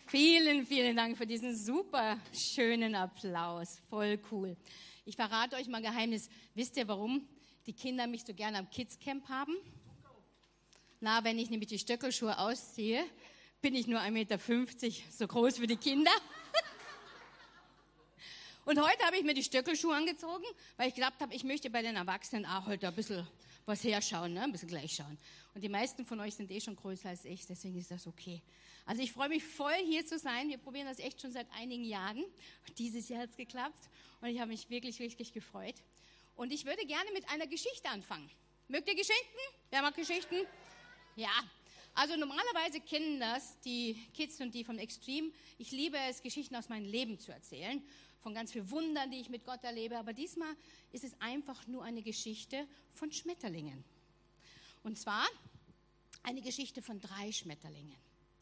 Vielen, vielen Dank für diesen super schönen Applaus. Voll cool. Ich verrate euch mal ein Geheimnis. Wisst ihr, warum die Kinder mich so gerne am Kids-Camp haben? Na, wenn ich nämlich die Stöckelschuhe ausziehe, bin ich nur 1,50 Meter so groß wie die Kinder. Und heute habe ich mir die Stöckelschuhe angezogen, weil ich gedacht habe, ich möchte bei den Erwachsenen auch heute ein bisschen was herschauen, ne? Ein bisschen gleich schauen. Und die meisten von euch sind schon größer als ich, deswegen ist das okay. Also ich freue mich voll, hier zu sein. Wir probieren das echt schon seit einigen Jahren. Dieses Jahr hat es geklappt und ich habe mich wirklich, wirklich gefreut. Und ich würde gerne mit einer Geschichte anfangen. Mögt ihr Geschichten? Wer mag Geschichten? Ja. Also normalerweise kennen das die Kids und die vom Extreme. Ich liebe es, Geschichten aus meinem Leben zu erzählen, von ganz vielen Wundern, die ich mit Gott erlebe. Aber diesmal ist es einfach nur eine Geschichte von Schmetterlingen. Und zwar eine Geschichte von 3 Schmetterlingen.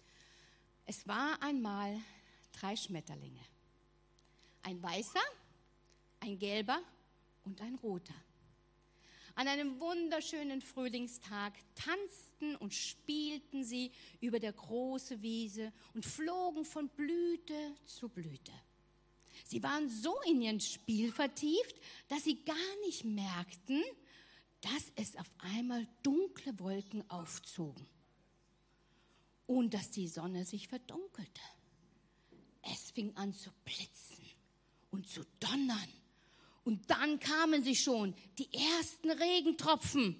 Es war einmal 3 Schmetterlinge. Ein weißer, ein gelber und ein roter. An einem wunderschönen Frühlingstag tanzten und spielten sie über der großen Wiese und flogen von Blüte zu Blüte. Sie waren so in ihren Spiel vertieft, dass sie gar nicht merkten, dass es auf einmal dunkle Wolken aufzogen und dass die Sonne sich verdunkelte. Es fing an zu blitzen und zu donnern. Und dann kamen sie schon, die ersten Regentropfen.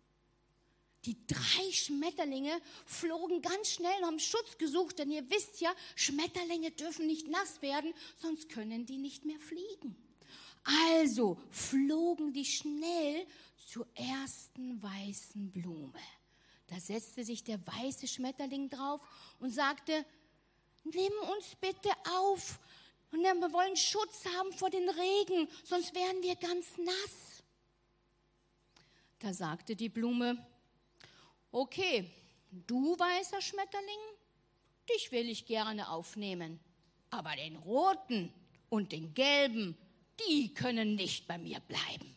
Die 3 Schmetterlinge flogen ganz schnell und haben Schutz gesucht, denn ihr wisst ja, Schmetterlinge dürfen nicht nass werden, sonst können die nicht mehr fliegen. Also flogen die schnell zur ersten weißen Blume. Da setzte sich der weiße Schmetterling drauf und sagte, nimm uns bitte auf. Und wir wollen Schutz haben vor den Regen, sonst wären wir ganz nass. Da sagte die Blume, okay, du weißer Schmetterling, dich will ich gerne aufnehmen. Aber den roten und den gelben, die können nicht bei mir bleiben.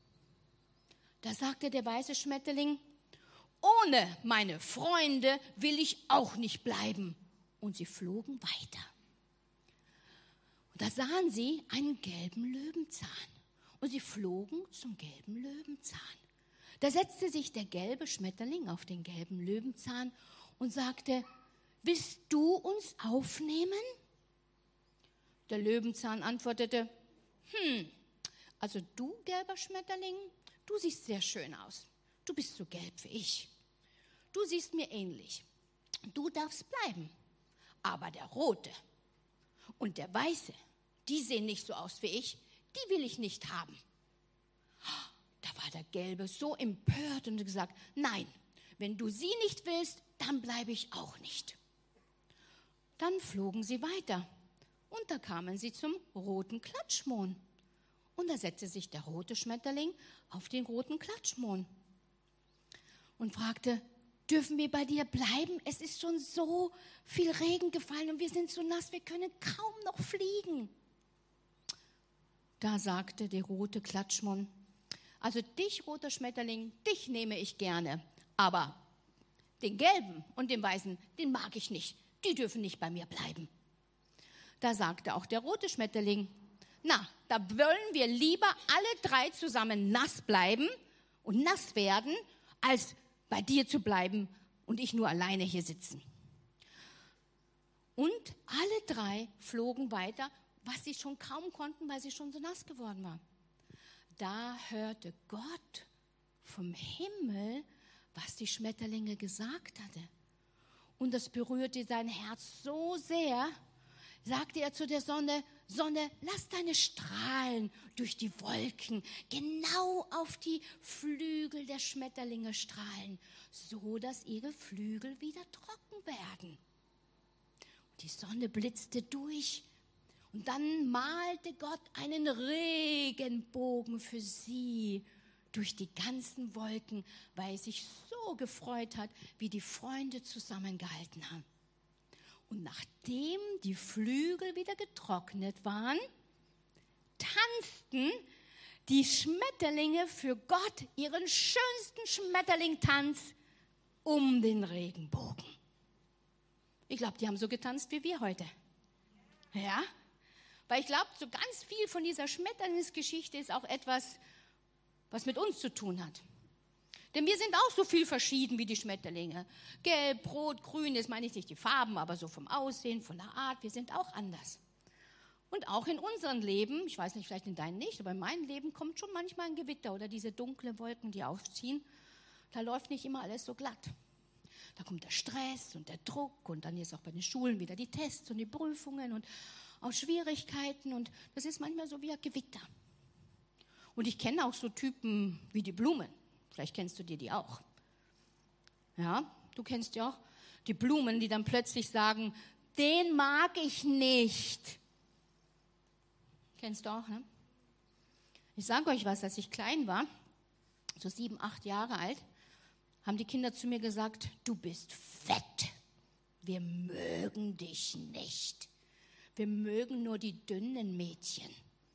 Da sagte der weiße Schmetterling, ohne meine Freunde will ich auch nicht bleiben. Und sie flogen weiter. Und da sahen sie einen gelben Löwenzahn. Und sie flogen zum gelben Löwenzahn. Da setzte sich der gelbe Schmetterling auf den gelben Löwenzahn und sagte, willst du uns aufnehmen? Der Löwenzahn antwortete, also du, gelber Schmetterling, du siehst sehr schön aus. Du bist so gelb wie ich. Du siehst mir ähnlich. Du darfst bleiben. Aber der rote und der weiße, die sehen nicht so aus wie ich, die will ich nicht haben. Da war der Gelbe so empört und gesagt, nein, wenn du sie nicht willst, dann bleibe ich auch nicht. Dann flogen sie weiter und da kamen sie zum roten Klatschmohn. Und da setzte sich der rote Schmetterling auf den roten Klatschmohn und fragte, dürfen wir bei dir bleiben? Es ist schon so viel Regen gefallen und wir sind so nass, wir können kaum noch fliegen. Da sagte der rote Klatschmohn, also dich, roter Schmetterling, dich nehme ich gerne, aber den gelben und den weißen, den mag ich nicht, die dürfen nicht bei mir bleiben. Da sagte auch der rote Schmetterling, na, da wollen wir lieber alle 3 zusammen nass bleiben und nass werden, als bei dir zu bleiben und ich nur alleine hier sitzen. Und alle 3 flogen weiter, was sie schon kaum konnten, weil sie schon so nass geworden waren. Da hörte Gott vom Himmel, was die Schmetterlinge gesagt hatte. Und das berührte sein Herz so sehr, sagte er zu der Sonne, Sonne, lass deine Strahlen durch die Wolken genau auf die Flügel der Schmetterlinge strahlen, so dass ihre Flügel wieder trocken werden. Und die Sonne blitzte durch und dann malte Gott einen Regenbogen für sie durch die ganzen Wolken, weil er sich so gefreut hat, wie die Freunde zusammengehalten haben. Und nachdem die Flügel wieder getrocknet waren, tanzten die Schmetterlinge für Gott ihren schönsten Schmetterlingtanz um den Regenbogen. Ich glaube, die haben so getanzt wie wir heute. Ja? Weil ich glaube, so ganz viel von dieser Schmetterlingsgeschichte ist auch etwas, was mit uns zu tun hat. Denn wir sind auch so viel verschieden wie die Schmetterlinge. Gelb, rot, grün, das meine ich nicht die Farben, aber so vom Aussehen, von der Art, wir sind auch anders. Und auch in unserem Leben, ich weiß nicht, vielleicht in deinem nicht, aber in meinem Leben kommt schon manchmal ein Gewitter oder diese dunklen Wolken, die aufziehen. Da läuft nicht immer alles so glatt. Da kommt der Stress und der Druck und dann ist auch bei den Schulen wieder die Tests und die Prüfungen und auch Schwierigkeiten und das ist manchmal so wie ein Gewitter. Und ich kenne auch so Typen wie die Blumen. Vielleicht kennst du die auch. Ja, du kennst ja auch die Blumen, die dann plötzlich sagen, den mag ich nicht. Kennst du auch, ne? Ich sage euch was, als ich klein war, so 7, 8 Jahre alt, haben die Kinder zu mir gesagt, du bist fett. Wir mögen dich nicht. Wir mögen nur die dünnen Mädchen.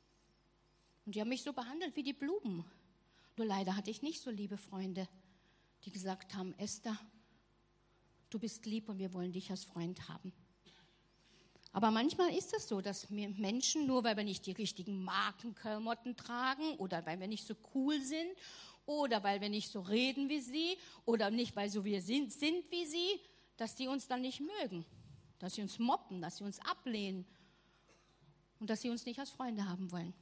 Und die haben mich so behandelt wie die Blumen. Nur leider hatte ich nicht so liebe Freunde, die gesagt haben, Esther, du bist lieb und wir wollen dich als Freund haben. Aber manchmal ist es so, dass wir Menschen, nur weil wir nicht die richtigen Markenklamotten tragen oder weil wir nicht so cool sind oder weil wir nicht so reden wie sie oder nicht, weil so wir sind wie sie, dass die uns dann nicht mögen, dass sie uns mobben, dass sie uns ablehnen und dass sie uns nicht als Freunde haben wollen.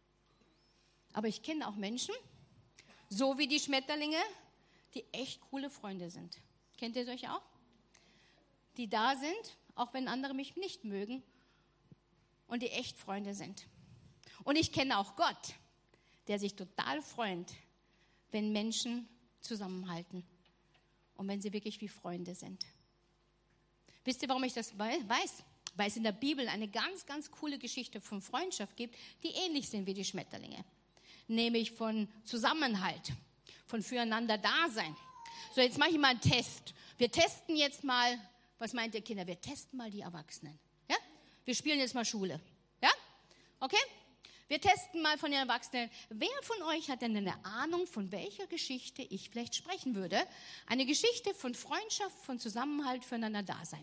Aber ich kenne auch Menschen, so wie die Schmetterlinge, die echt coole Freunde sind. Kennt ihr solche auch? Die da sind, auch wenn andere mich nicht mögen und die echt Freunde sind. Und ich kenne auch Gott, der sich total freut, wenn Menschen zusammenhalten und wenn sie wirklich wie Freunde sind. Wisst ihr, warum ich das weiß? Weil es in der Bibel eine ganz, ganz coole Geschichte von Freundschaft gibt, die ähnlich sind wie die Schmetterlinge. Nämlich von Zusammenhalt, von Füreinander-Dasein. So, jetzt mache ich mal einen Test. Wir testen jetzt mal, was meint ihr Kinder? Wir testen mal die Erwachsenen. Ja? Wir spielen jetzt mal Schule. Ja? Okay? Wir testen mal von den Erwachsenen. Wer von euch hat denn eine Ahnung, von welcher Geschichte ich vielleicht sprechen würde? Eine Geschichte von Freundschaft, von Zusammenhalt, füreinander-Dasein.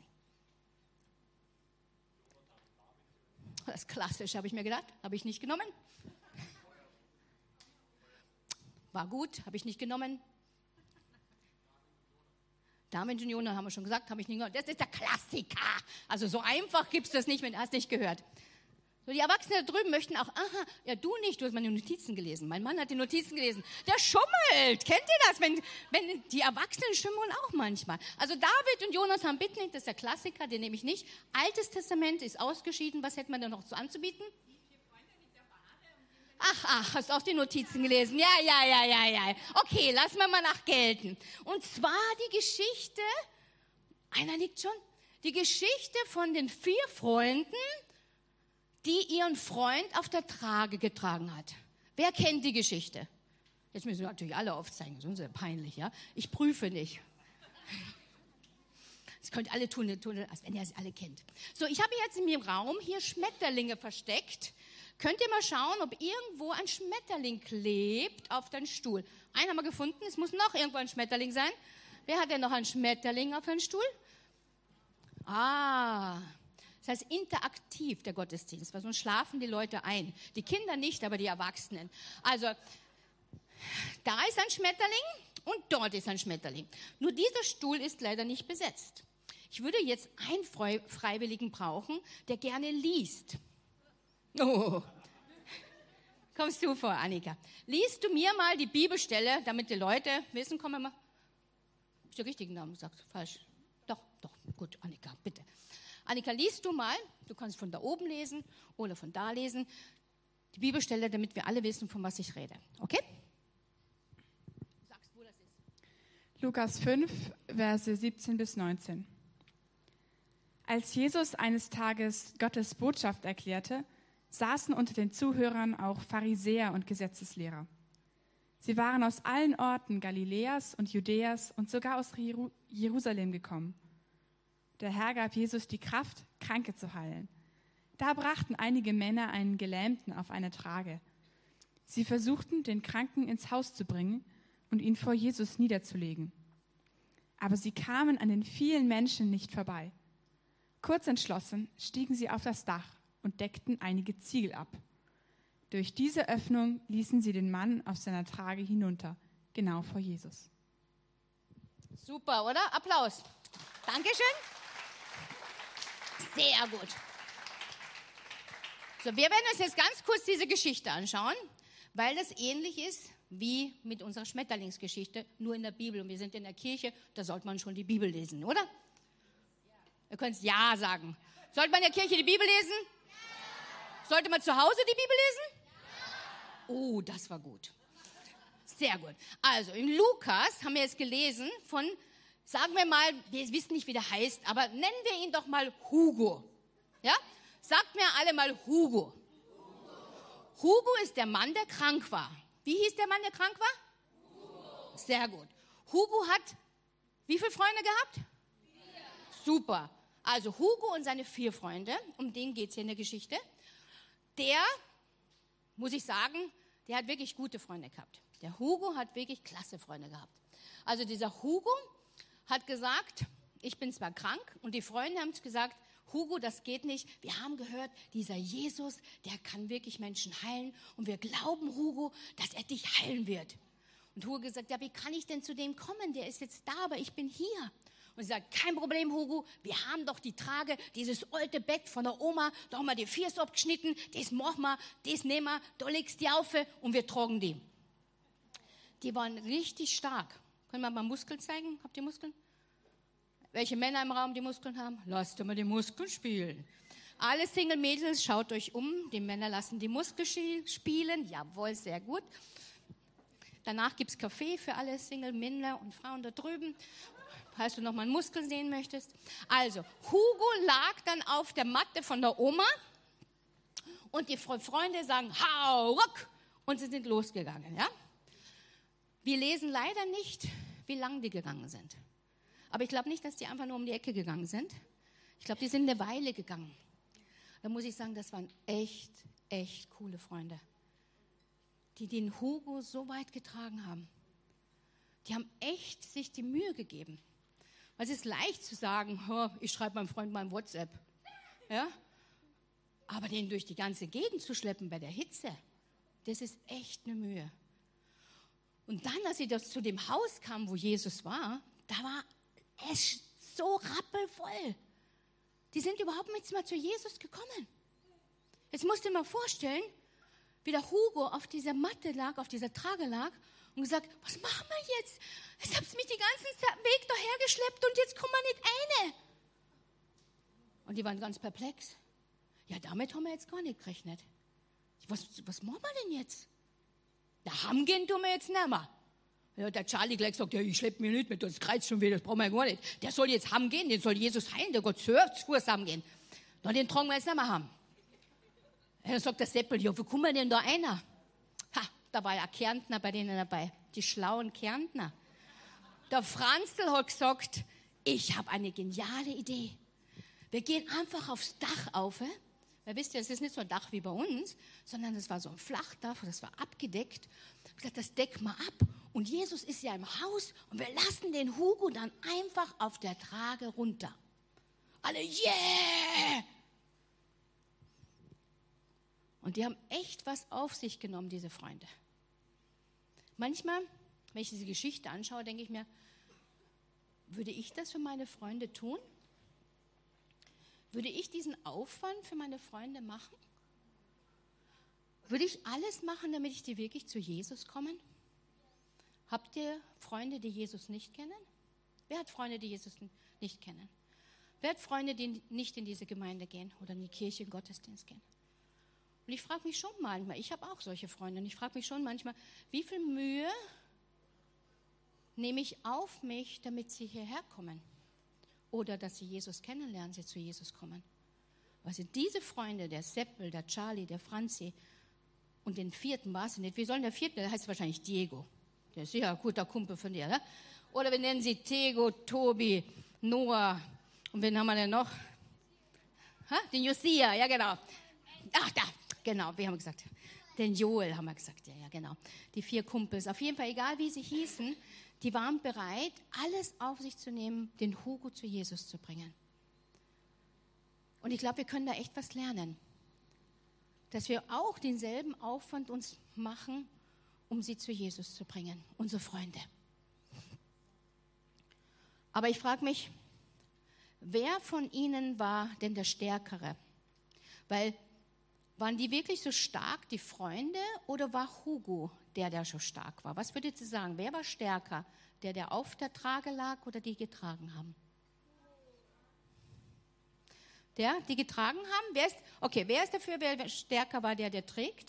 Das ist klassisch, habe ich mir gedacht. Habe ich nicht genommen. War gut, habe ich nicht genommen. David und Jonah haben wir schon gesagt, habe ich nicht genommen. Das ist der Klassiker. Also so einfach gibt es das nicht, wenn du hast nicht gehört. So, die Erwachsenen da drüben möchten auch, aha, ja du nicht, du hast meine Notizen gelesen. Mein Mann hat die Notizen gelesen. Der schummelt, kennt ihr das? Wenn die Erwachsenen schummeln auch manchmal. Also David und Jonathan bitten nicht, das ist der Klassiker, den nehme ich nicht. Altes Testament ist ausgeschieden, was hätte man da noch so anzubieten? Ach, hast du auch die Notizen gelesen? Ja. Okay, lassen wir mal nachgelten. Und zwar die Geschichte, einer nickt schon, die Geschichte von den 4 Freunden, die ihren Freund auf der Trage getragen hat. Wer kennt die Geschichte? Jetzt müssen wir natürlich alle aufzeigen, sonst ist es peinlich, ja? Ich prüfe nicht. Das könnt ihr alle tun, als wenn ihr es alle kennt. So, ich habe jetzt in meinem Raum hier Schmetterlinge versteckt. Könnt ihr mal schauen, ob irgendwo ein Schmetterling klebt auf deinem Stuhl? Einen haben wir gefunden, es muss noch irgendwo ein Schmetterling sein. Wer hat denn noch einen Schmetterling auf seinem Stuhl? Das heißt interaktiv, der Gottesdienst, weil sonst schlafen die Leute ein. Die Kinder nicht, aber die Erwachsenen. Also, da ist ein Schmetterling und dort ist ein Schmetterling. Nur dieser Stuhl ist leider nicht besetzt. Ich würde jetzt einen Freiwilligen brauchen, der gerne liest. Oh. Kommst du vor, Annika? Liest du mir mal die Bibelstelle, damit die Leute wissen, komm mal. Ist der richtigen Namen gesagt? Falsch. Doch, gut, Annika, bitte. Annika, liest du mal, du kannst von da oben lesen oder von da lesen, die Bibelstelle, damit wir alle wissen, von was ich rede. Okay? Du sagst, wo das ist. Lukas 5, Verse 17 bis 19. Als Jesus eines Tages Gottes Botschaft erklärte, saßen unter den Zuhörern auch Pharisäer und Gesetzeslehrer. Sie waren aus allen Orten Galiläas und Judäas und sogar aus Jerusalem gekommen. Der Herr gab Jesus die Kraft, Kranke zu heilen. Da brachten einige Männer einen Gelähmten auf eine Trage. Sie versuchten, den Kranken ins Haus zu bringen und ihn vor Jesus niederzulegen. Aber sie kamen an den vielen Menschen nicht vorbei. Kurz entschlossen stiegen sie auf das Dach und deckten einige Ziegel ab. Durch diese Öffnung ließen sie den Mann auf seiner Trage hinunter, genau vor Jesus. Super, oder? Applaus. Dankeschön. Sehr gut. So, wir werden uns jetzt ganz kurz diese Geschichte anschauen, weil das ähnlich ist wie mit unserer Schmetterlingsgeschichte, nur in der Bibel. Und wir sind in der Kirche, da sollte man schon die Bibel lesen, oder? Ja. Ihr könnt Ja sagen. Sollte man in der Kirche die Bibel lesen? Ja. Sollte man zu Hause die Bibel lesen? Ja. Oh, das war gut. Sehr gut. Also, in Lukas haben wir jetzt gelesen von, sagen wir mal, wir wissen nicht, wie der heißt, aber nennen wir ihn doch mal Hugo. Ja? Sagt mir alle mal Hugo. Hugo ist der Mann, der krank war. Wie hieß der Mann, der krank war? Hugo. Sehr gut. Hugo hat wie viele Freunde gehabt? 4. Super. Also Hugo und seine 4 Freunde, um den geht es hier in der Geschichte. Der, muss ich sagen, der hat wirklich gute Freunde gehabt. Der Hugo hat wirklich klasse Freunde gehabt. Also dieser Hugo hat gesagt, ich bin zwar krank, und die Freunde haben gesagt, Hugo, das geht nicht. Wir haben gehört, dieser Jesus, der kann wirklich Menschen heilen. Und wir glauben, Hugo, dass er dich heilen wird. Und Hugo gesagt, ja, wie kann ich denn zu dem kommen? Der ist jetzt da, aber ich bin hier. Und sie sagt, kein Problem, Hugo, wir haben doch die Trage, dieses alte Bett von der Oma, da haben wir die Füße abgeschnitten, das machen wir, das nehmen wir, da legst du die auf und wir tragen die. Die waren richtig stark. Können wir mal Muskeln zeigen? Habt ihr Muskeln? Welche Männer im Raum die Muskeln haben? Lasst mal die Muskeln spielen. Alle Single-Mädels, schaut euch um. Die Männer lassen die Muskeln spielen. Jawohl, sehr gut. Danach gibt es Kaffee für alle Single-Männer und Frauen da drüben, falls du noch mal einen Muskel sehen möchtest. Also, Hugo lag dann auf der Matte von der Oma und die Freunde sagen, hau ruck, und sie sind losgegangen. Ja? Wir lesen leider nicht, wie lang die gegangen sind. Aber ich glaube nicht, dass die einfach nur um die Ecke gegangen sind. Ich glaube, die sind eine Weile gegangen. Da muss ich sagen, das waren echt, echt coole Freunde, die den Hugo so weit getragen haben. Die haben echt sich die Mühe gegeben. Weil es ist leicht zu sagen, oh, ich schreibe meinem Freund mal ein WhatsApp. Ja? Aber den durch die ganze Gegend zu schleppen bei der Hitze, das ist echt eine Mühe. Und dann, als sie zu dem Haus kamen, wo Jesus war, da war es so rappelvoll. Die sind überhaupt nicht mal zu Jesus gekommen. Jetzt musst du dir mal vorstellen, wie der Hugo auf dieser Matte lag, auf dieser Trage lag und gesagt, was machen wir jetzt? Jetzt habt ihr mich den ganzen Weg daher geschleppt und jetzt kommt man nicht eine. Und die waren ganz perplex. Ja, damit haben wir jetzt gar nicht gerechnet. Was machen wir denn jetzt? Da haben gehen tun wir jetzt nicht mehr. Ja, der Charlie gleich sagt, ja, ich schleppe mich nicht mit, das Kreuz schon wieder, das brauchen wir gar nicht. Der soll jetzt haben gehen, den soll Jesus heilen, der Gott hört, Fuß haben gehen. Na, den tragen wir jetzt nicht mehr haben. Ja, dann sagt der Seppel, ja, wo kommen wir denn da einer? Ha, da war ja Kärntner bei denen dabei, die schlauen Kärntner. Der Franzl hat gesagt, ich habe eine geniale Idee. Wir gehen einfach aufs Dach auf. Weil wisst ihr, es ist nicht so ein Dach wie bei uns, sondern es war so ein Flachdach, das war abgedeckt. Ich habe gesagt, das decken wir ab. Und Jesus ist ja im Haus und wir lassen den Hugo dann einfach auf der Trage runter. Alle, yeah! Und die haben echt was auf sich genommen, diese Freunde. Manchmal, wenn ich diese Geschichte anschaue, denke ich mir, würde ich das für meine Freunde tun? Würde ich diesen Aufwand für meine Freunde machen? Würde ich alles machen, damit ich die wirklich zu Jesus kommen? Habt ihr Freunde, die Jesus nicht kennen? Wer hat Freunde, die Jesus nicht kennen? Wer hat Freunde, die nicht in diese Gemeinde gehen oder in die Kirche, in den Gottesdienst gehen? Und ich frage mich schon manchmal, ich habe auch solche Freunde, und ich frage mich schon manchmal, wie viel Mühe nehme ich auf mich, damit sie hierher kommen? Oder dass sie Jesus kennenlernen, sie zu Jesus kommen. Also diese Freunde, der Seppel, der Charlie, der Franzi und den 4. war es nicht. Wie soll der 4., der heißt wahrscheinlich Diego. Der ist sicher ein guter Kumpel von dir, ne? Oder wir nennen sie Tego, Tobi, Noah. Und wen haben wir denn noch? Den Josia, ja genau. Ach, da, genau, wir haben gesagt. Den Joel haben wir gesagt, ja genau. Die 4 Kumpels. Auf jeden Fall, egal wie sie hießen, die waren bereit, alles auf sich zu nehmen, den Hugo zu Jesus zu bringen. Und ich glaube, wir können da echt was lernen. Dass wir auch denselben Aufwand uns machen, um sie zu Jesus zu bringen, unsere Freunde. Aber ich frage mich, wer von ihnen war denn der Stärkere? Weil, waren die wirklich so stark, die Freunde, oder war Hugo der so stark war? Was würdet ihr sagen? Wer war stärker? Der auf der Trage lag oder die getragen haben? Die getragen haben? Wer ist dafür, wer stärker war, der trägt?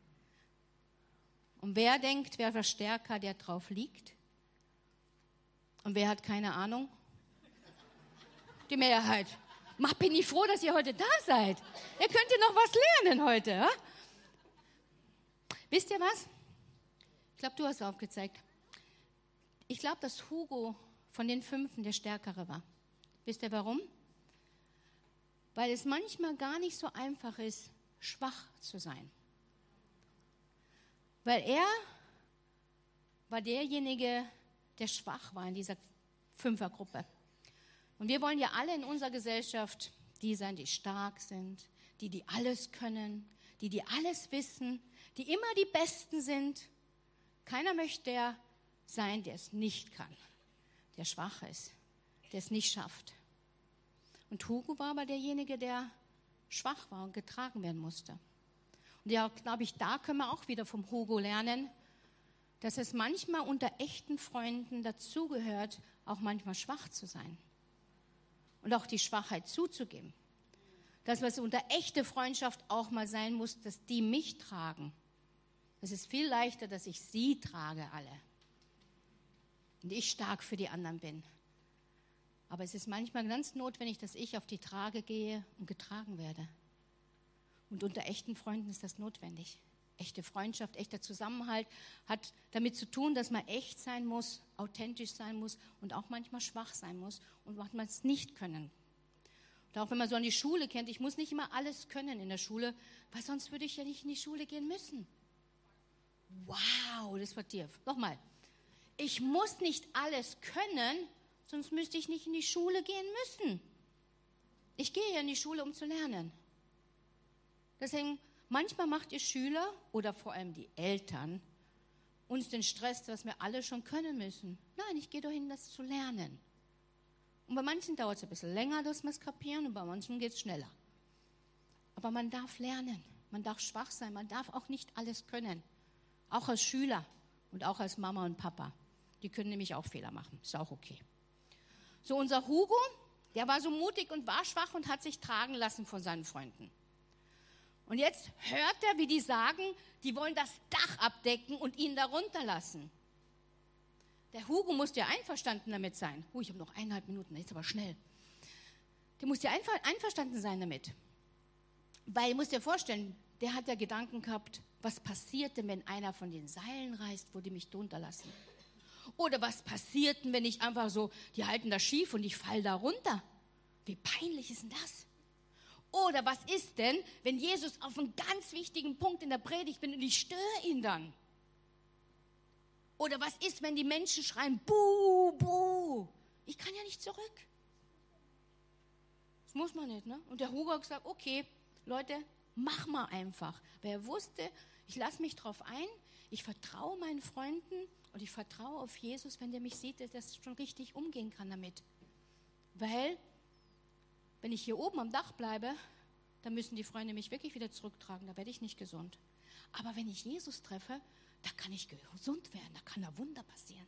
Und wer denkt, wer war stärker, der drauf liegt? Und wer hat keine Ahnung? Die Mehrheit. Bin ich froh, dass ihr heute da seid. Ihr könnt ja noch was lernen heute. Ja? Wisst ihr was? Ich glaube, du hast aufgezeigt. Ich glaube, dass Hugo von den 5 der Stärkere war. Wisst ihr warum? Weil es manchmal gar nicht so einfach ist, schwach zu sein. Weil er war derjenige, der schwach war in dieser 5er-Gruppe. Und wir wollen ja alle in unserer Gesellschaft die sein, die stark sind, die alles können, die alles wissen, die immer die Besten sind. Keiner möchte der sein, der es nicht kann, der schwach ist, der es nicht schafft. Und Hugo war aber derjenige, der schwach war und getragen werden musste. Und ja, glaube ich, da können wir auch wieder vom Hugo lernen, dass es manchmal unter echten Freunden dazugehört, auch manchmal schwach zu sein. Und auch die Schwachheit zuzugeben. Dass es unter echte Freundschaft auch mal sein muss, dass die mich tragen. Es ist viel leichter, dass ich sie trage alle. Und ich stark für die anderen bin. Aber es ist manchmal ganz notwendig, dass ich auf die Trage gehe und getragen werde. Und unter echten Freunden ist das notwendig. Echte Freundschaft, echter Zusammenhalt hat damit zu tun, dass man echt sein muss, authentisch sein muss und auch manchmal schwach sein muss und manchmal es nicht können. Und auch wenn man so an die Schule kennt, ich muss nicht immer alles können in der Schule, weil sonst würde ich ja nicht in die Schule gehen müssen. Wow, das war tief. Nochmal. Ich muss nicht alles können, sonst müsste ich nicht in die Schule gehen müssen. Ich gehe ja in die Schule, um zu lernen. Deswegen, manchmal macht ihr Schüler oder vor allem die Eltern uns den Stress, dass wir alle schon können müssen. Nein, ich gehe dahin, das zu lernen. Und bei manchen dauert es ein bisschen länger, dass wir es kapieren, und bei manchen geht es schneller. Aber man darf lernen, man darf schwach sein, man darf auch nicht alles können. Auch als Schüler und auch als Mama und Papa. Die können nämlich auch Fehler machen, ist auch okay. So, unser Hugo, der war so mutig und war schwach und hat sich tragen lassen von seinen Freunden. Und jetzt hört er, wie die sagen, die wollen das Dach abdecken und ihn da runterlassen. Der Hugo musste ja einverstanden damit sein. Ich habe noch 1,5 Minuten, jetzt aber schnell. Der musste ja einverstanden sein damit. Weil, ihr müsst dir vorstellen, der hat ja Gedanken gehabt, was passiert denn, wenn einer von den Seilen reißt, wo die mich drunter lassen? Oder was passiert denn, wenn ich einfach so, die halten das schief und ich falle da runter? Wie peinlich ist denn das? Oder was ist denn, wenn Jesus auf einen ganz wichtigen Punkt in der Predigt bin und ich störe ihn dann? Oder was ist, wenn die Menschen schreien, buh, buh? Ich kann ja nicht zurück. Das muss man nicht, ne? Und der Hugo hat gesagt, okay, Leute, mach mal einfach. Weil er wusste, ich lasse mich drauf ein, ich vertraue meinen Freunden und ich vertraue auf Jesus, wenn der mich sieht, dass das schon richtig umgehen kann damit. Weil, wenn ich hier oben am Dach bleibe, dann müssen die Freunde mich wirklich wieder zurücktragen, da werde ich nicht gesund. Aber wenn ich Jesus treffe, da kann ich gesund werden, da kann ein Wunder passieren.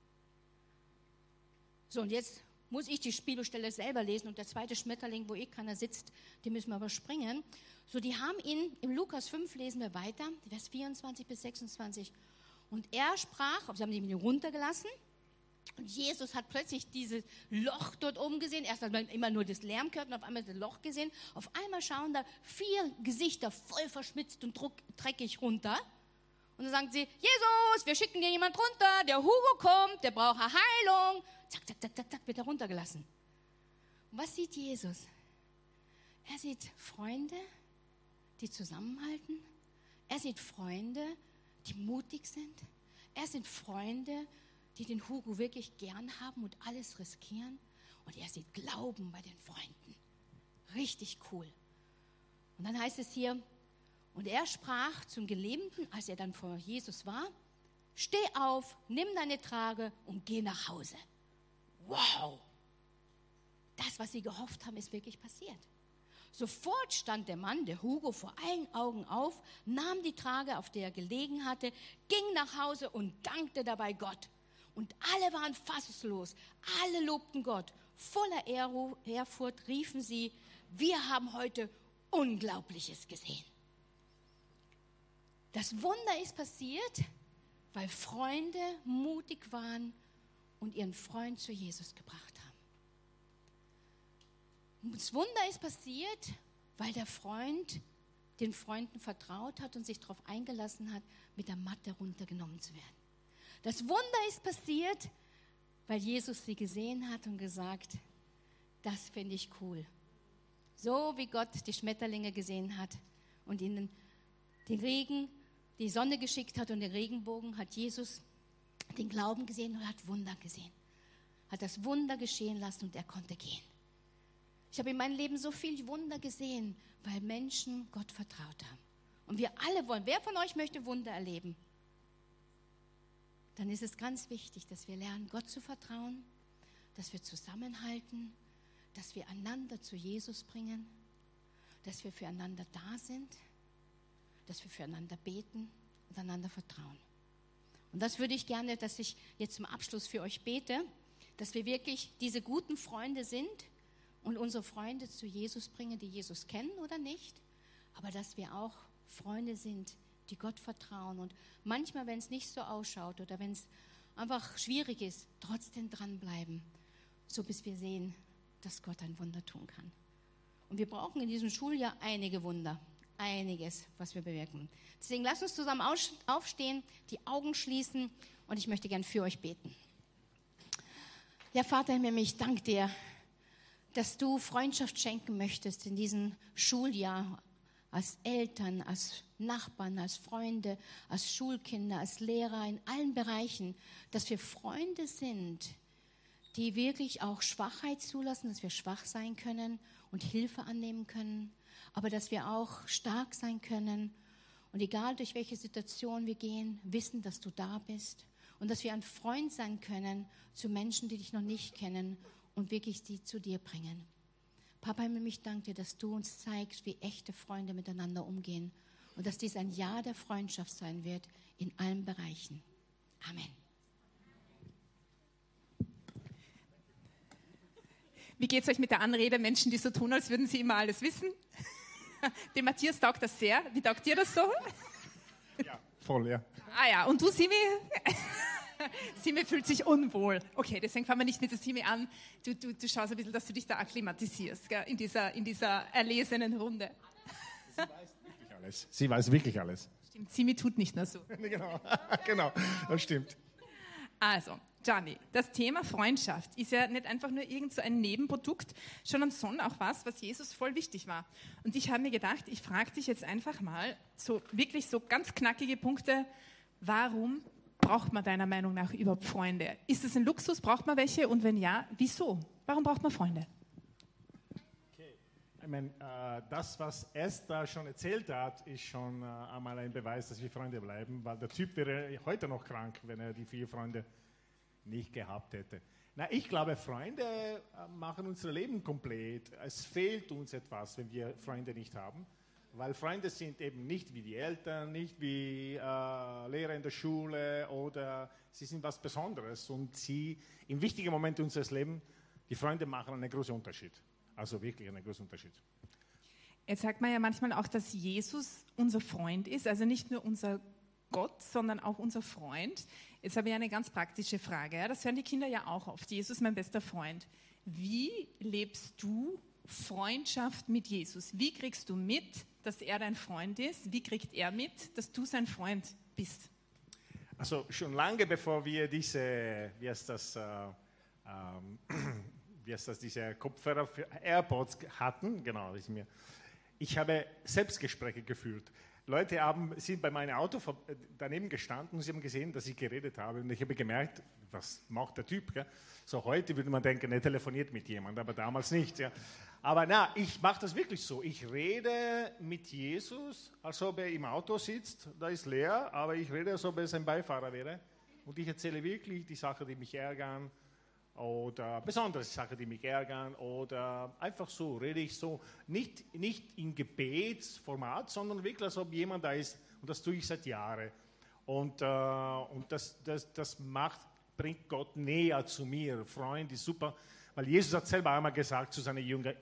So, und jetzt muss ich die Bibelstelle selber lesen und der zweite Schmetterling, wo keiner sitzt, den müssen wir überspringen. So, die haben ihn, im Lukas 5 lesen wir weiter, Vers 24 bis 26. Und er sprach, sie haben ihn runtergelassen, und Jesus hat plötzlich dieses Loch dort oben gesehen. Erst hat man immer nur das Lärm gehört und auf einmal das Loch gesehen. Auf einmal schauen da 4 Gesichter voll verschmitzt und dreckig runter. Und dann sagen sie, Jesus, wir schicken dir jemand runter, der Hugo kommt, der braucht eine Heilung. Zack, zack, zack, zack, zack, wird er runtergelassen. Und was sieht Jesus? Er sieht Freunde, die zusammenhalten. Er sieht Freunde, die mutig sind. Er sieht Freunde, die den Hugo wirklich gern haben und alles riskieren. Und er sieht Glauben bei den Freunden. Richtig cool. Und dann heißt es hier, und er sprach zum Gelähmten, als er dann vor Jesus war, steh auf, nimm deine Trage und geh nach Hause. Wow! Das, was sie gehofft haben, ist wirklich passiert. Sofort stand der Mann, der Hugo, vor allen Augen auf, nahm die Trage, auf der er gelegen hatte, ging nach Hause und dankte dabei Gott. Und alle waren fassungslos, alle lobten Gott. Voller Ehrfurcht riefen sie, wir haben heute Unglaubliches gesehen. Das Wunder ist passiert, weil Freunde mutig waren und ihren Freund zu Jesus gebracht haben. Und das Wunder ist passiert, weil der Freund den Freunden vertraut hat und sich darauf eingelassen hat, mit der Matte runtergenommen zu werden. Das Wunder ist passiert, weil Jesus sie gesehen hat und gesagt, das finde ich cool. So wie Gott die Schmetterlinge gesehen hat und ihnen den Regen, die Sonne geschickt hat und den Regenbogen, hat Jesus den Glauben gesehen und hat Wunder gesehen. Hat das Wunder geschehen lassen und er konnte gehen. Ich habe in meinem Leben so viel Wunder gesehen, weil Menschen Gott vertraut haben. Und wir alle wollen, wer von euch möchte Wunder erleben? Dann ist es ganz wichtig, dass wir lernen, Gott zu vertrauen, dass wir zusammenhalten, dass wir einander zu Jesus bringen, dass wir füreinander da sind, dass wir füreinander beten und einander vertrauen. Und das würde ich gerne, dass ich jetzt zum Abschluss für euch bete, dass wir wirklich diese guten Freunde sind und unsere Freunde zu Jesus bringen, die Jesus kennen oder nicht, aber dass wir auch Freunde sind, die Gott vertrauen und manchmal, wenn es nicht so ausschaut oder wenn es einfach schwierig ist, trotzdem dranbleiben, so bis wir sehen, dass Gott ein Wunder tun kann. Und wir brauchen in diesem Schuljahr einige Wunder, einiges, was wir bewirken. Deswegen lasst uns zusammen aufstehen, die Augen schließen und ich möchte gern für euch beten. Ja, Vater im Himmel, ich danke dir, dass du Freundschaft schenken möchtest in diesem Schuljahr, als Eltern, als Nachbarn, als Freunde, als Schulkinder, als Lehrer, in allen Bereichen, dass wir Freunde sind, die wirklich auch Schwachheit zulassen, dass wir schwach sein können und Hilfe annehmen können, aber dass wir auch stark sein können und egal durch welche Situation wir gehen, wissen, dass du da bist und dass wir ein Freund sein können zu Menschen, die dich noch nicht kennen und wirklich die zu dir bringen. Papa, ich danke dir, dass du uns zeigst, wie echte Freunde miteinander umgehen und dass dies ein Jahr der Freundschaft sein wird in allen Bereichen. Amen. Wie geht es euch mit der Anrede, Menschen, die so tun, als würden sie immer alles wissen? Dem Matthias taugt das sehr. Wie taugt dir das so? Ja, voll, ja. Ah ja, und du, Simi? Simi fühlt sich unwohl. Okay, deswegen fangen wir nicht mit der Simi an. Du schaust ein bisschen, dass du dich da akklimatisierst, gell, in dieser erlesenen Runde. Sie weiß wirklich alles. Sie weiß wirklich alles. Stimmt, Simi tut nicht nur so. Genau, das stimmt. Also, Gianni, das Thema Freundschaft ist ja nicht einfach nur irgend so ein Nebenprodukt, schon am Sonn auch was Jesus voll wichtig war. Und ich habe mir gedacht, ich frage dich jetzt einfach mal, so wirklich so ganz knackige Punkte, warum braucht man deiner Meinung nach überhaupt Freunde? Ist es ein Luxus? Braucht man welche? Und wenn ja, wieso? Warum braucht man Freunde? Okay. Ich meine, das, was Esther schon erzählt hat, ist schon einmal ein Beweis, dass wir Freunde bleiben, weil der Typ wäre heute noch krank, wenn er die 4 Freunde nicht gehabt hätte. Na, ich glaube, Freunde machen unser Leben komplett. Es fehlt uns etwas, wenn wir Freunde nicht haben. Weil Freunde sind eben nicht wie die Eltern, nicht wie Lehrer in der Schule oder sie sind was Besonderes und sie in wichtigen Momenten unseres Lebens, die Freunde machen einen großen Unterschied. Also wirklich einen großen Unterschied. Jetzt sagt man ja manchmal auch, dass Jesus unser Freund ist, also nicht nur unser Gott, sondern auch unser Freund. Jetzt habe ich eine ganz praktische Frage. Ja? Das hören die Kinder ja auch oft. Jesus, mein bester Freund. Wie lebst du Freundschaft mit Jesus? Wie kriegst du mit, dass er dein Freund ist? Wie kriegt er mit, dass du sein Freund bist? Also schon lange bevor wir diese Kopfhörer für AirPods hatten, genau, ich habe Selbstgespräche geführt. Leute sind bei meinem Auto daneben gestanden und sie haben gesehen, dass ich geredet habe. Und ich habe gemerkt, was macht der Typ? Gell? So heute würde man denken, er telefoniert mit jemandem, aber damals nicht. Ja. Aber na, ich mache das wirklich so. Ich rede mit Jesus, als ob er im Auto sitzt. Da ist leer, aber ich rede, als ob er sein Beifahrer wäre. Und ich erzähle wirklich die Sachen, die mich ärgern oder besondere Sachen, die mich ärgern oder einfach so, rede ich so. Nicht in Gebetsformat, sondern wirklich, als ob jemand da ist. Und das tue ich seit Jahren. Und das bringt Gott näher zu mir. Freund ist super. Weil Jesus hat selber einmal gesagt zu seinen Jüngern,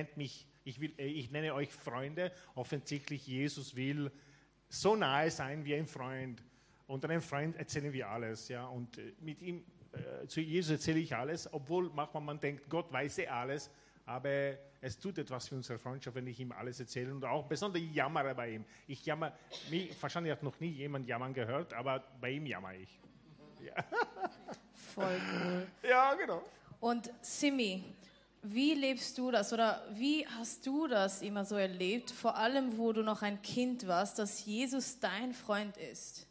ich nenne euch Freunde. Offensichtlich, Jesus will so nahe sein wie ein Freund. Und einem Freund erzählen wir alles. Ja? Und mit ihm, zu Jesus erzähle ich alles, obwohl manchmal man denkt, Gott weiß alles. Aber es tut etwas für unsere Freundschaft, wenn ich ihm alles erzähle. Und auch besonders ich jammere bei ihm. Wahrscheinlich hat noch nie jemand jammern gehört, aber bei ihm jammere ich. Ja. Voll cool. Ja, genau. Und Simi, wie lebst du das oder wie hast du das immer so erlebt, vor allem wo du noch ein Kind warst, dass Jesus dein Freund ist?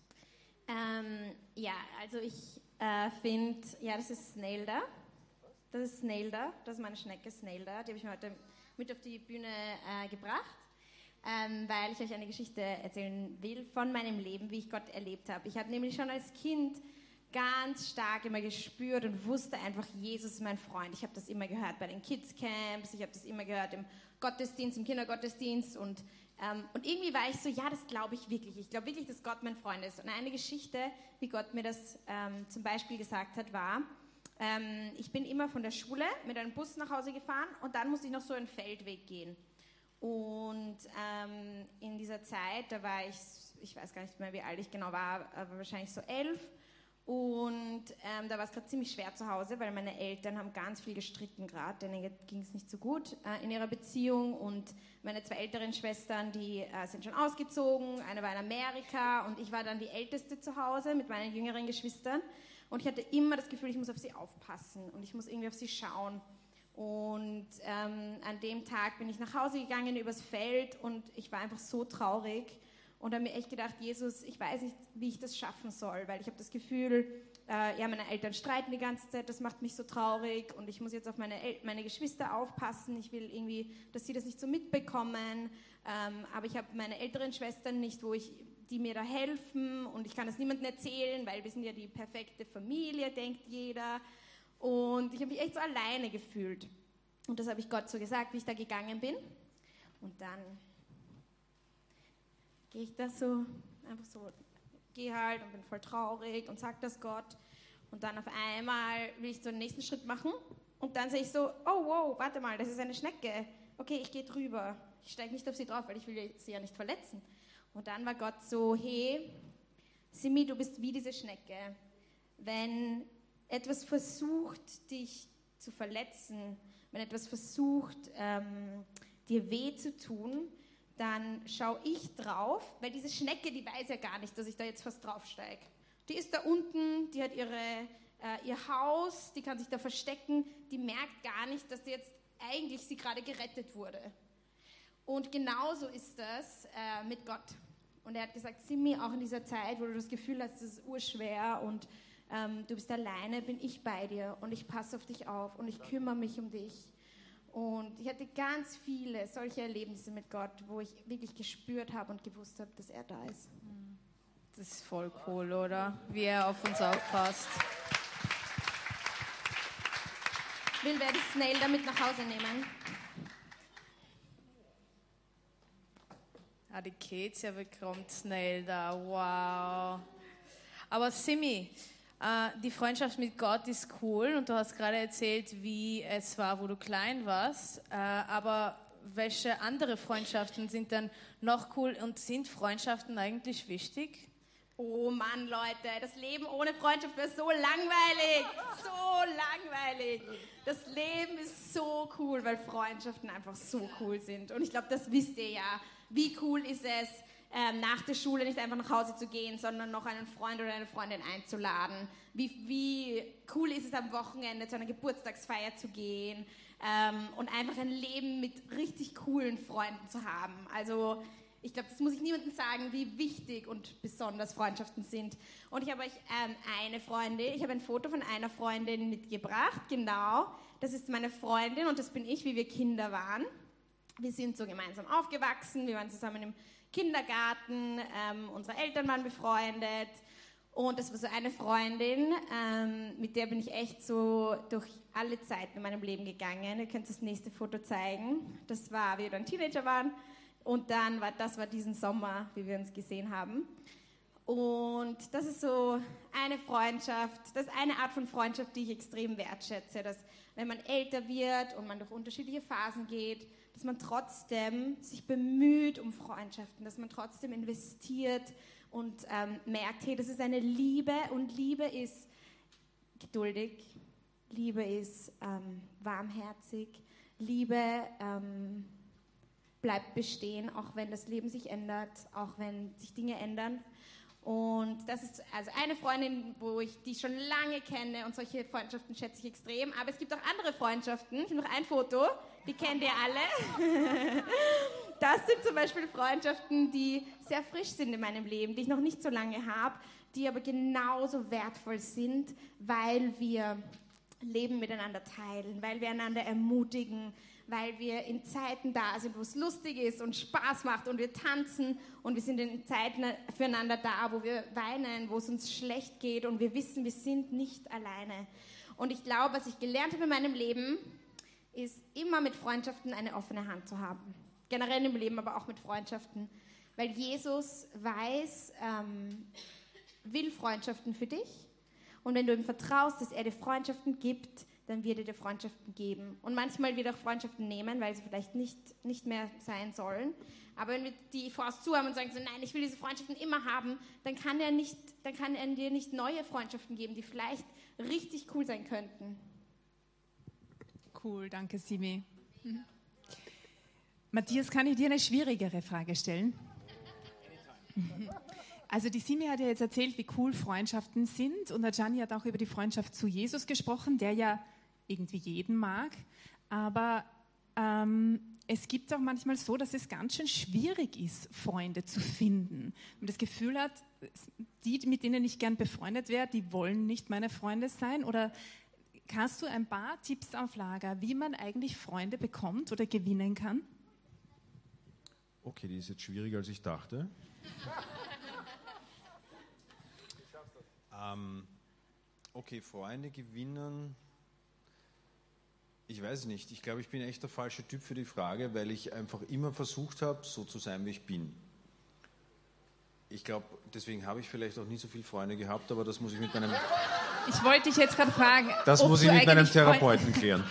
Ja, also ich finde, ja, das ist Snailda. Das ist Snailda, das ist meine Schnecke Snailda. Die habe ich mir heute mit auf die Bühne gebracht, weil ich euch eine Geschichte erzählen will von meinem Leben, wie ich Gott erlebt habe. Ich habe nämlich schon als Kind ganz stark immer gespürt und wusste einfach, Jesus ist mein Freund. Ich habe das immer gehört bei den Kids-Camps, ich habe das immer gehört im Gottesdienst, im Kindergottesdienst und irgendwie war ich so, ja, das glaube ich wirklich. Ich glaube wirklich, dass Gott mein Freund ist. Und eine Geschichte, wie Gott mir das zum Beispiel gesagt hat, war, ich bin immer von der Schule mit einem Bus nach Hause gefahren und dann musste ich noch so einen Feldweg gehen. Und in dieser Zeit, da war ich weiß gar nicht mehr, wie alt ich genau war, aber wahrscheinlich so 11. Und da war es gerade ziemlich schwer zu Hause, weil meine Eltern haben ganz viel gestritten gerade, denen ging es nicht so gut in ihrer Beziehung und meine 2 älteren Schwestern, die sind schon ausgezogen, eine war in Amerika und ich war dann die Älteste zu Hause mit meinen jüngeren Geschwistern und ich hatte immer das Gefühl, ich muss auf sie aufpassen und ich muss irgendwie auf sie schauen. Und an dem Tag bin ich nach Hause gegangen übers Feld und ich war einfach so traurig. Und habe mir echt gedacht, Jesus, ich weiß nicht, wie ich das schaffen soll, weil ich habe das Gefühl, ja, meine Eltern streiten die ganze Zeit, das macht mich so traurig und ich muss jetzt auf meine Geschwister aufpassen, ich will irgendwie, dass sie das nicht so mitbekommen, aber ich habe meine älteren Schwestern nicht, die mir da helfen und ich kann das niemandem erzählen, weil wir sind ja die perfekte Familie, denkt jeder. Und ich habe mich echt so alleine gefühlt. Und das habe ich Gott so gesagt, wie ich da gegangen bin. Und dann gehe ich da so, einfach so, gehe halt und bin voll traurig und sage das Gott. Und dann auf einmal will ich so den nächsten Schritt machen und dann sehe ich so, oh wow, warte mal, das ist eine Schnecke. Okay, ich gehe drüber. Ich steige nicht auf sie drauf, weil ich will sie ja nicht verletzen. Und dann war Gott so, hey, Simi, du bist wie diese Schnecke. Wenn etwas versucht, dich zu verletzen, wenn etwas versucht, dir weh zu tun, dann schaue ich drauf, weil diese Schnecke, die weiß ja gar nicht, dass ich da jetzt fast draufsteige. Die ist da unten, die hat ihr Haus, die kann sich da verstecken, die merkt gar nicht, dass jetzt eigentlich sie gerade gerettet wurde. Und genauso ist das mit Gott. Und er hat gesagt, Simi, auch in dieser Zeit, wo du das Gefühl hast, es ist urschwer und du bist alleine, bin ich bei dir und ich passe auf dich auf und ich kümmere mich um dich. Und ich hatte ganz viele solche Erlebnisse mit Gott, wo ich wirklich gespürt habe und gewusst habe, dass er da ist. Das ist voll cool, oder? Wie er auf uns aufpasst. Will wer die Snail damit nach Hause nehmen? Ah, die Kezia bekommt Snail da, wow. Aber Simi, die Freundschaft mit Gott ist cool und du hast gerade erzählt, wie es war, wo du klein warst. Aber welche andere Freundschaften sind dann noch cool und sind Freundschaften eigentlich wichtig? Oh Mann, Leute, das Leben ohne Freundschaft wäre so langweilig. So langweilig. Das Leben ist so cool, weil Freundschaften einfach so cool sind. Und ich glaube, das wisst ihr ja. Wie cool ist es, nach der Schule nicht einfach nach Hause zu gehen, sondern noch einen Freund oder eine Freundin einzuladen. Wie cool ist es am Wochenende zu einer Geburtstagsfeier zu gehen und einfach ein Leben mit richtig coolen Freunden zu haben. Also ich glaube, das muss ich niemandem sagen, wie wichtig und besonders Freundschaften sind. Und ich habe euch ich habe ein Foto von einer Freundin mitgebracht, genau. das ist meine Freundin und das bin ich, wie wir Kinder waren. Wir sind so gemeinsam aufgewachsen, wir waren zusammen im Kindergarten, unsere Eltern waren befreundet und das war so eine Freundin, mit der bin ich echt so durch alle Zeiten in meinem Leben gegangen. Ihr könnt das nächste Foto zeigen. Das war, wie wir dann Teenager waren und dann das war diesen Sommer, wie wir uns gesehen haben. Und das ist so eine Freundschaft, das ist eine Art von Freundschaft, die ich extrem wertschätze, dass wenn man älter wird und man durch unterschiedliche Phasen geht, dass man trotzdem sich bemüht um Freundschaften, dass man trotzdem investiert und merkt, hey, das ist eine Liebe und Liebe ist geduldig, Liebe ist warmherzig, Liebe bleibt bestehen, auch wenn das Leben sich ändert, auch wenn sich Dinge ändern. Und das ist also eine Freundin, die ich schon lange kenne und solche Freundschaften schätze ich extrem. Aber es gibt auch andere Freundschaften. Ich habe noch ein Foto, die kennt ihr alle. Das sind zum Beispiel Freundschaften, die sehr frisch sind in meinem Leben, die ich noch nicht so lange habe, die aber genauso wertvoll sind, weil wir Leben miteinander teilen, weil wir einander ermutigen, weil wir in Zeiten da sind, wo es lustig ist und Spaß macht und wir tanzen und wir sind in Zeiten füreinander da, wo wir weinen, wo es uns schlecht geht und wir wissen, wir sind nicht alleine. Und ich glaube, was ich gelernt habe in meinem Leben, ist immer mit Freundschaften eine offene Hand zu haben. Generell im Leben, aber auch mit Freundschaften. Weil Jesus will Freundschaften für dich. Und wenn du ihm vertraust, dass er dir Freundschaften gibt, dann wird er dir Freundschaften geben. Und manchmal wird er auch Freundschaften nehmen, weil sie vielleicht nicht mehr sein sollen. Aber wenn wir die Faust zu haben und sagen so, nein, ich will diese Freundschaften immer haben, dann kann er dir nicht neue Freundschaften geben, die vielleicht richtig cool sein könnten. Cool, danke Simi. Matthias, kann ich dir eine schwierigere Frage stellen? Also die Simi hat ja jetzt erzählt, wie cool Freundschaften sind und der Gianni hat auch über die Freundschaft zu Jesus gesprochen, der ja irgendwie jeden mag, aber es gibt auch manchmal so, dass es ganz schön schwierig ist, Freunde zu finden. Und das Gefühl hat, die, mit denen ich gern befreundet wäre, die wollen nicht meine Freunde sein. Oder hast du ein paar Tipps auf Lager, wie man eigentlich Freunde bekommt oder gewinnen kann? Okay, die ist jetzt schwieriger, als ich dachte. Okay, Freunde gewinnen. Ich weiß nicht. Ich glaube, ich bin echt der falsche Typ für die Frage, weil ich einfach immer versucht habe, so zu sein, wie ich bin. Ich glaube, deswegen habe ich vielleicht auch nie so viele Freunde gehabt, aber das muss ich mit meinem... Ich wollte dich jetzt gerade fragen... Das muss ich mit meinem Therapeuten klären.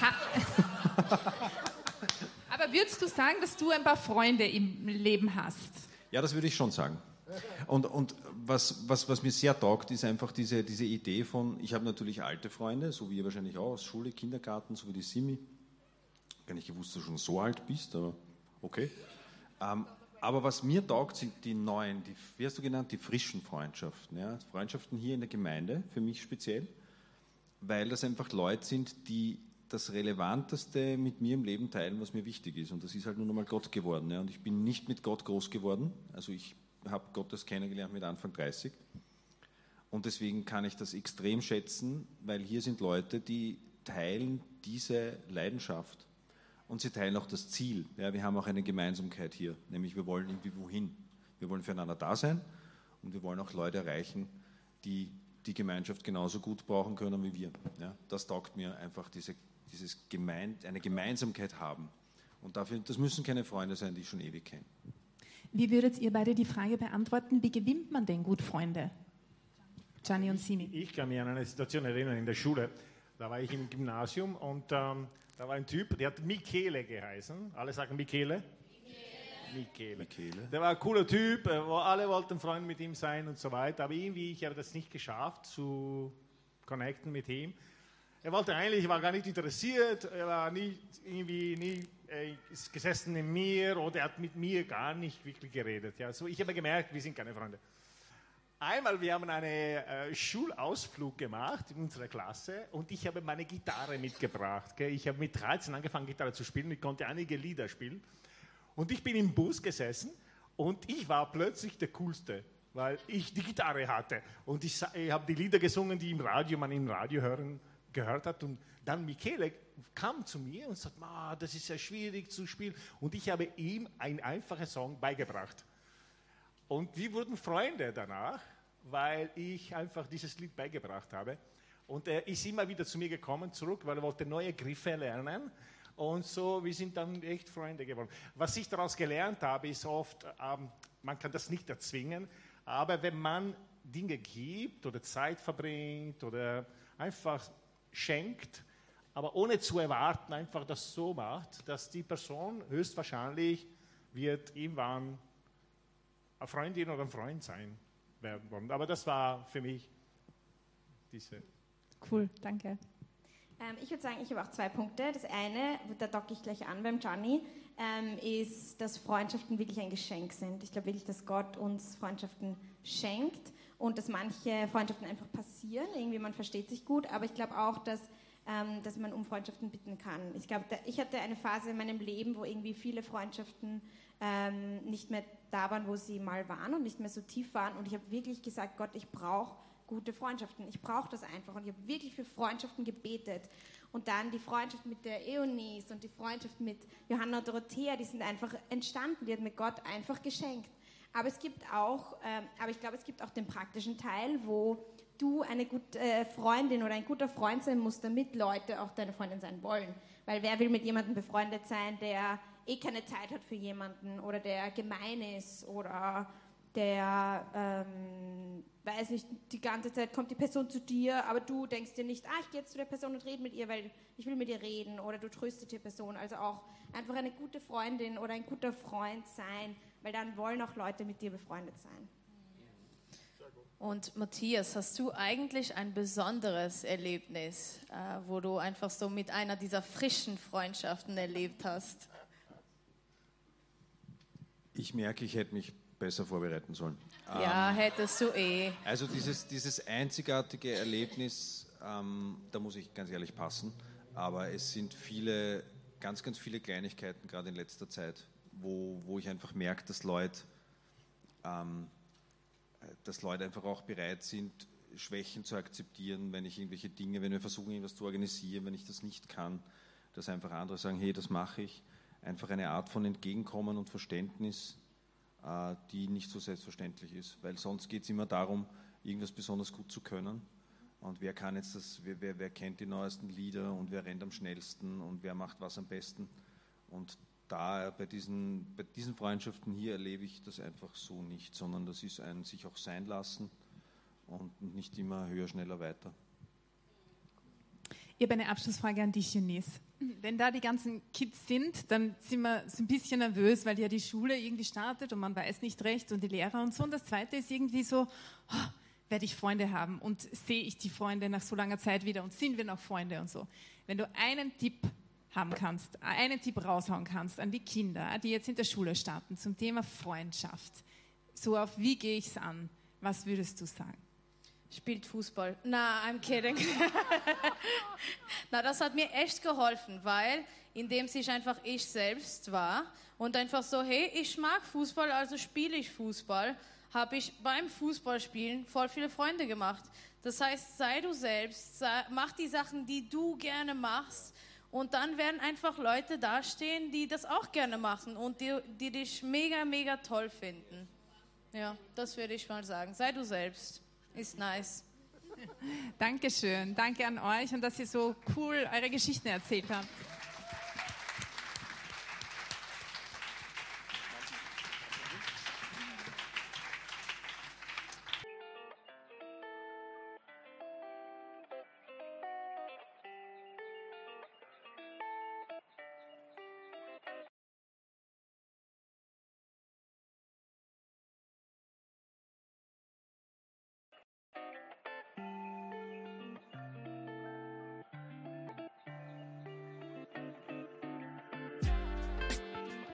Aber würdest du sagen, dass du ein paar Freunde im Leben hast? Ja, das würde ich schon sagen. Und was mir sehr taugt, ist einfach diese Idee von, ich habe natürlich alte Freunde, so wie ihr wahrscheinlich auch, aus Schule, Kindergarten, so wie die Simi. Gar nicht gewusst, dass du schon so alt bist, aber okay. Aber was mir taugt, sind die neuen, wie hast du genannt, die frischen Freundschaften. Ja? Freundschaften hier in der Gemeinde, für mich speziell, weil das einfach Leute sind, die das Relevanteste mit mir im Leben teilen, was mir wichtig ist. Und das ist halt nur nochmal Gott geworden. Ja? Und ich bin nicht mit Gott groß geworden, also ich habe Gottes kennengelernt mit Anfang 30 und deswegen kann ich das extrem schätzen, weil hier sind Leute, die teilen diese Leidenschaft und sie teilen auch das Ziel. Ja, wir haben auch eine Gemeinsamkeit hier, nämlich wir wollen irgendwie wohin. Wir wollen füreinander da sein und wir wollen auch Leute erreichen, die die Gemeinschaft genauso gut brauchen können wie wir. Ja, das taugt mir einfach, eine Gemeinsamkeit haben. Und dafür, das müssen keine Freunde sein, die ich schon ewig kenne. Wie würdet ihr beide die Frage beantworten, wie gewinnt man denn gut Freunde? Gianni und Simi. Ich kann mich an eine Situation erinnern in der Schule. Da war ich im Gymnasium und da war ein Typ, der hat Michele geheißen. Alle sagen Michele? Michele. Der war ein cooler Typ, alle wollten Freunde mit ihm sein und so weiter. Aber irgendwie, ich habe das nicht geschafft, zu connecten mit ihm. Er wollte eigentlich, war gar nicht interessiert, er war nie ist gesessen in mir oder er hat mit mir gar nicht wirklich geredet. Ja. So, ich habe gemerkt, wir sind keine Freunde. Einmal, wir haben einen Schulausflug gemacht in unserer Klasse und ich habe meine Gitarre mitgebracht. Gell. Ich habe mit 13 angefangen, Gitarre zu spielen, ich konnte einige Lieder spielen. Und ich bin im Bus gesessen und ich war plötzlich der Coolste, weil ich die Gitarre hatte. Und ich habe die Lieder gesungen, die man im Radio hören gehört hat. Und dann Michele kam zu mir und sagte, das ist ja schwierig zu spielen. Und ich habe ihm einen einfachen Song beigebracht. Und wir wurden Freunde danach, weil ich einfach dieses Lied beigebracht habe. Und er ist immer wieder zu mir gekommen, zurück, weil er wollte neue Griffe lernen. Und so, wir sind dann echt Freunde geworden. Was ich daraus gelernt habe, ist oft, man kann das nicht erzwingen, aber wenn man Dinge gibt oder Zeit verbringt oder einfach schenkt, aber ohne zu erwarten, einfach das so macht, dass die Person höchstwahrscheinlich wird irgendwann eine Freundin oder ein Freund sein werden. Aber das war für mich diese... Cool, danke. Ich würde sagen, ich habe auch 2 Punkte. Das eine, da docke ich gleich an beim Gianni, ist, dass Freundschaften wirklich ein Geschenk sind. Ich glaube wirklich, dass Gott uns Freundschaften schenkt und dass manche Freundschaften einfach passieren. Irgendwie, man versteht sich gut, aber ich glaube auch, dass man um Freundschaften bitten kann. Ich glaube, ich hatte eine Phase in meinem Leben, wo irgendwie viele Freundschaften nicht mehr da waren, wo sie mal waren und nicht mehr so tief waren. Und ich habe wirklich gesagt, Gott, ich brauche gute Freundschaften. Ich brauche das einfach. Und ich habe wirklich für Freundschaften gebetet. Und dann die Freundschaft mit der Eunice und die Freundschaft mit Johanna und Dorothea, die sind einfach entstanden. Die hat mir Gott einfach geschenkt. Aber es gibt auch, ich glaube, es gibt auch den praktischen Teil, wo du eine gute Freundin oder ein guter Freund sein musst, damit Leute auch deine Freundin sein wollen. Weil wer will mit jemandem befreundet sein, der keine Zeit hat für jemanden oder der gemein ist oder der, weiß nicht, die ganze Zeit kommt die Person zu dir, aber du denkst dir nicht, ich gehe jetzt zu der Person und rede mit ihr, weil ich will mit ihr reden, oder du tröstest die Person. Also auch einfach eine gute Freundin oder ein guter Freund sein, weil dann wollen auch Leute mit dir befreundet sein. Und Matthias, hast du eigentlich ein besonderes Erlebnis, wo du einfach so mit einer dieser frischen Freundschaften erlebt hast? Ich merke, ich hätte mich besser vorbereiten sollen. Ja, hättest du eh. Also dieses einzigartige Erlebnis, da muss ich ganz ehrlich passen, aber es sind ganz, ganz viele Kleinigkeiten, gerade in letzter Zeit, wo ich einfach merke, dass Leute einfach auch bereit sind, Schwächen zu akzeptieren, wenn wir versuchen, irgendwas zu organisieren, wenn ich das nicht kann, dass einfach andere sagen, hey, das mache ich. Einfach eine Art von Entgegenkommen und Verständnis, die nicht so selbstverständlich ist, weil sonst geht es immer darum, irgendwas besonders gut zu können und wer kann jetzt wer kennt die neuesten Lieder und wer rennt am schnellsten und wer macht was am besten und bei diesen Freundschaften hier erlebe ich das einfach so nicht, sondern das ist ein sich auch sein lassen und nicht immer höher, schneller, weiter. Ich habe eine Abschlussfrage an dich, Eunice. Wenn da die ganzen Kids sind, dann sind wir so ein bisschen nervös, weil ja die Schule irgendwie startet und man weiß nicht recht und die Lehrer und so. Und das Zweite ist irgendwie so, werde ich Freunde haben und sehe ich die Freunde nach so langer Zeit wieder und sind wir noch Freunde und so. Wenn du einen Tipp haben kannst, einen Tipp raushauen kannst an die Kinder, die jetzt in der Schule starten, zum Thema Freundschaft, so auf wie gehe ich es an, was würdest du sagen? Spielt Fußball. Na, I'm kidding. Na, das hat mir echt geholfen, weil indem ich einfach ich selbst war und einfach so, hey, ich mag Fußball, also spiele ich Fußball, habe ich beim Fußballspielen voll viele Freunde gemacht. Das heißt, sei du selbst, mach die Sachen, die du gerne machst und dann werden einfach Leute dastehen, die das auch gerne machen und die dich mega, mega toll finden. Ja, das würde ich mal sagen. Sei du selbst. Ist nice. Dankeschön. Danke an euch und dass ihr so cool eure Geschichten erzählt habt.